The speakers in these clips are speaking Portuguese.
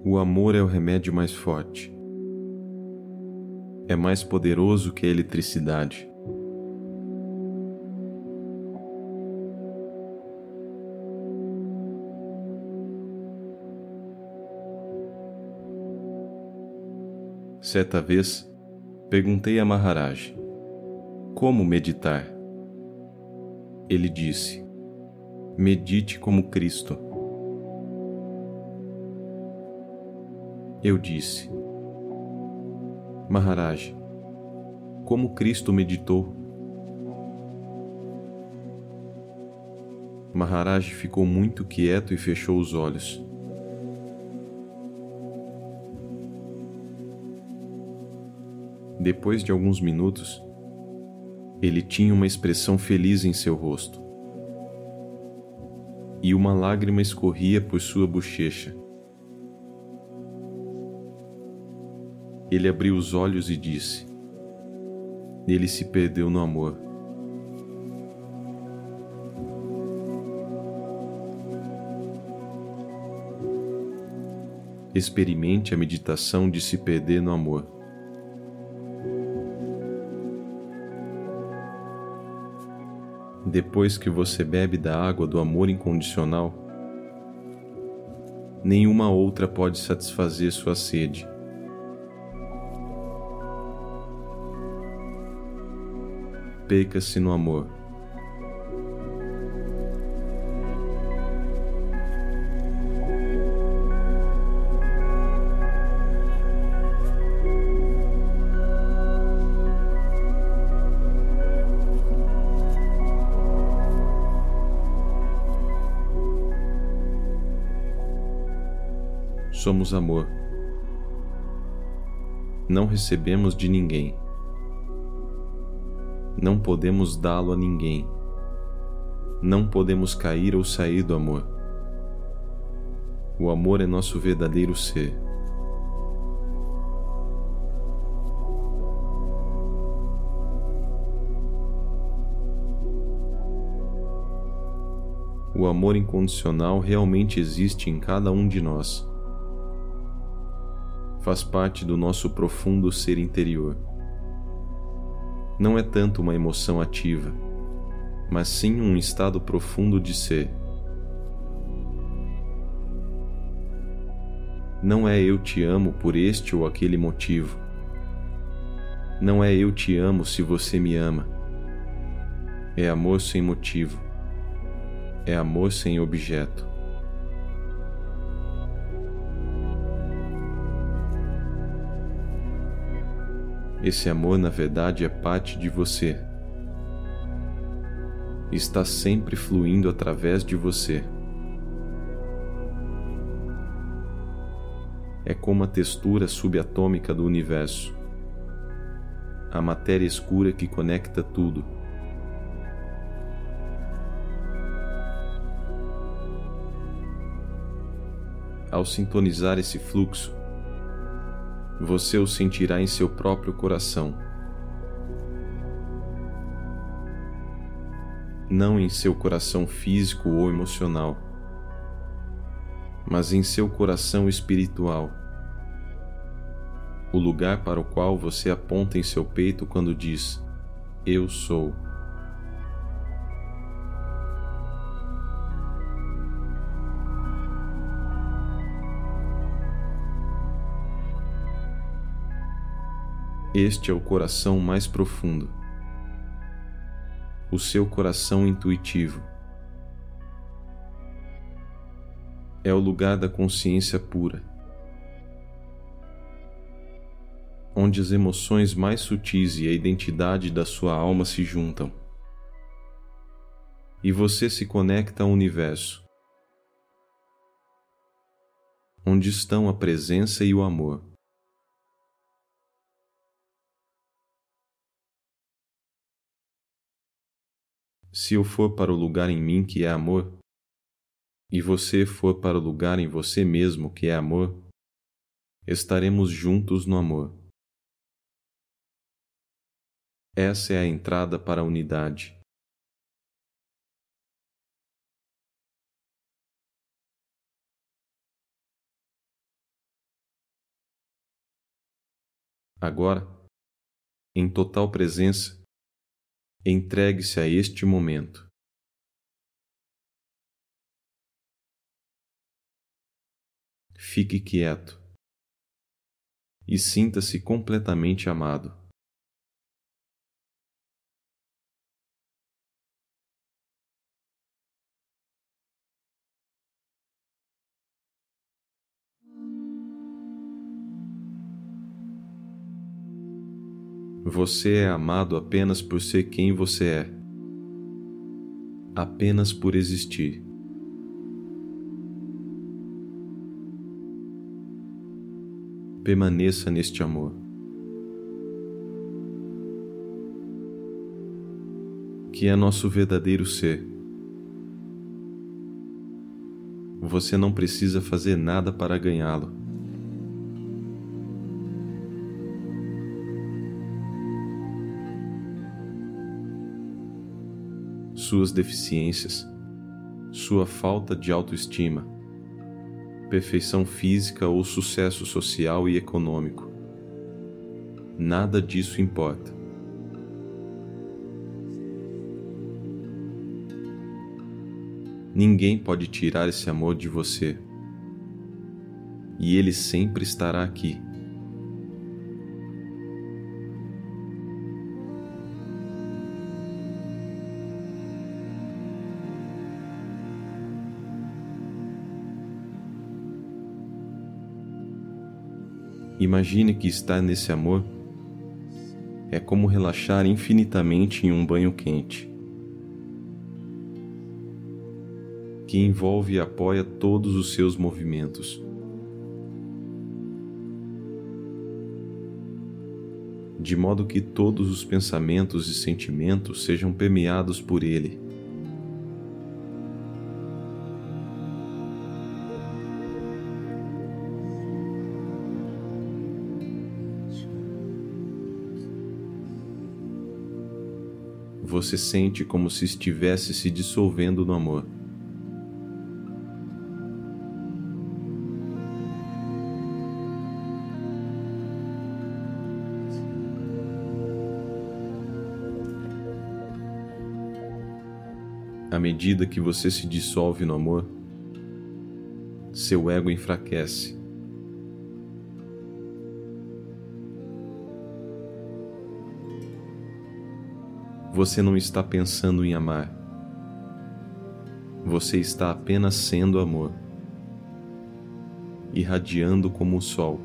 O amor é o remédio mais forte. É mais poderoso que a eletricidade. Certa vez, perguntei a Maharaj, como meditar? Ele disse, medite como Cristo. Eu disse, Maharaj, como Cristo meditou? Maharaj ficou muito quieto e fechou os olhos. Depois de alguns minutos, ele tinha uma expressão feliz em seu rosto e uma lágrima escorria por sua bochecha. Ele abriu os olhos e disse, ele se perdeu no amor. Experimente a meditação de se perder no amor. Depois que você bebe da água do amor incondicional, nenhuma outra pode satisfazer sua sede. Perca-se no amor. Somos amor. Não recebemos de ninguém. Não podemos dá-lo a ninguém. Não podemos cair ou sair do amor. O amor é nosso verdadeiro ser. O amor incondicional realmente existe em cada um de nós. Faz parte do nosso profundo ser interior. Não é tanto uma emoção ativa, mas sim um estado profundo de ser. Não é eu te amo por este ou aquele motivo. Não é eu te amo se você me ama. É amor sem motivo. É amor sem objeto. Esse amor, na verdade, é parte de você. Está sempre fluindo através de você. É como a textura subatômica do universo, a matéria escura que conecta tudo. Ao sintonizar esse fluxo, você o sentirá em seu próprio coração. Não em seu coração físico ou emocional, mas em seu coração espiritual, o lugar para o qual você aponta em seu peito quando diz, eu sou. Este é o coração mais profundo, o seu coração intuitivo. É o lugar da consciência pura, onde as emoções mais sutis e a identidade da sua alma se juntam. E você se conecta ao universo, onde estão a presença e o amor. Se eu for para o lugar em mim que é amor, e você for para o lugar em você mesmo que é amor, estaremos juntos no amor. Essa é a entrada para a unidade. Agora, em total presença, entregue-se a este momento. Fique quieto e sinta-se completamente amado. Você é amado apenas por ser quem você é, apenas por existir. Permaneça neste amor. Que é nosso verdadeiro ser. Você não precisa fazer nada para ganhá-lo. Suas deficiências, sua falta de autoestima, perfeição física ou sucesso social e econômico. Nada disso importa. Ninguém pode tirar esse amor de você. E ele sempre estará aqui. Imagine que estar nesse amor é como relaxar infinitamente em um banho quente, que envolve e apoia todos os seus movimentos. De modo que todos os pensamentos e sentimentos sejam permeados por ele. Você sente como se estivesse se dissolvendo no amor. À medida que você se dissolve no amor, seu ego enfraquece. Você não está pensando em amar. Você está apenas sendo amor, irradiando como o sol.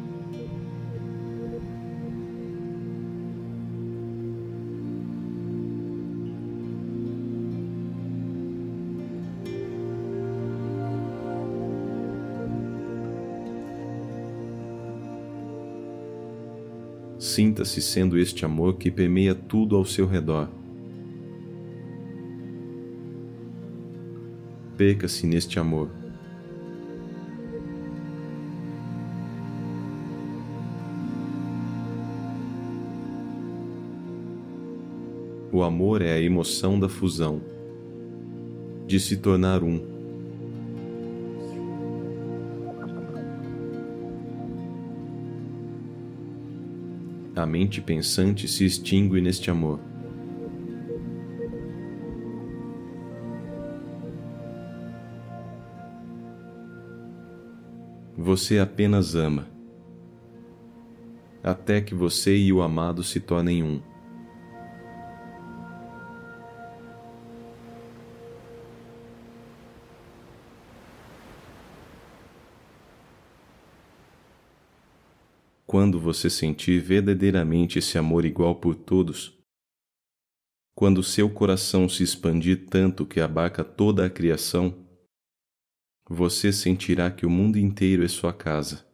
Sinta-se sendo este amor que permeia tudo ao seu redor. Perca-se neste amor. O amor é a emoção da fusão, de se tornar um. A mente pensante se extingue neste amor. Você apenas ama, até que você e o amado se tornem um. Quando você sentir verdadeiramente esse amor igual por todos, quando seu coração se expandir tanto que abarca toda a criação, você sentirá que o mundo inteiro é sua casa.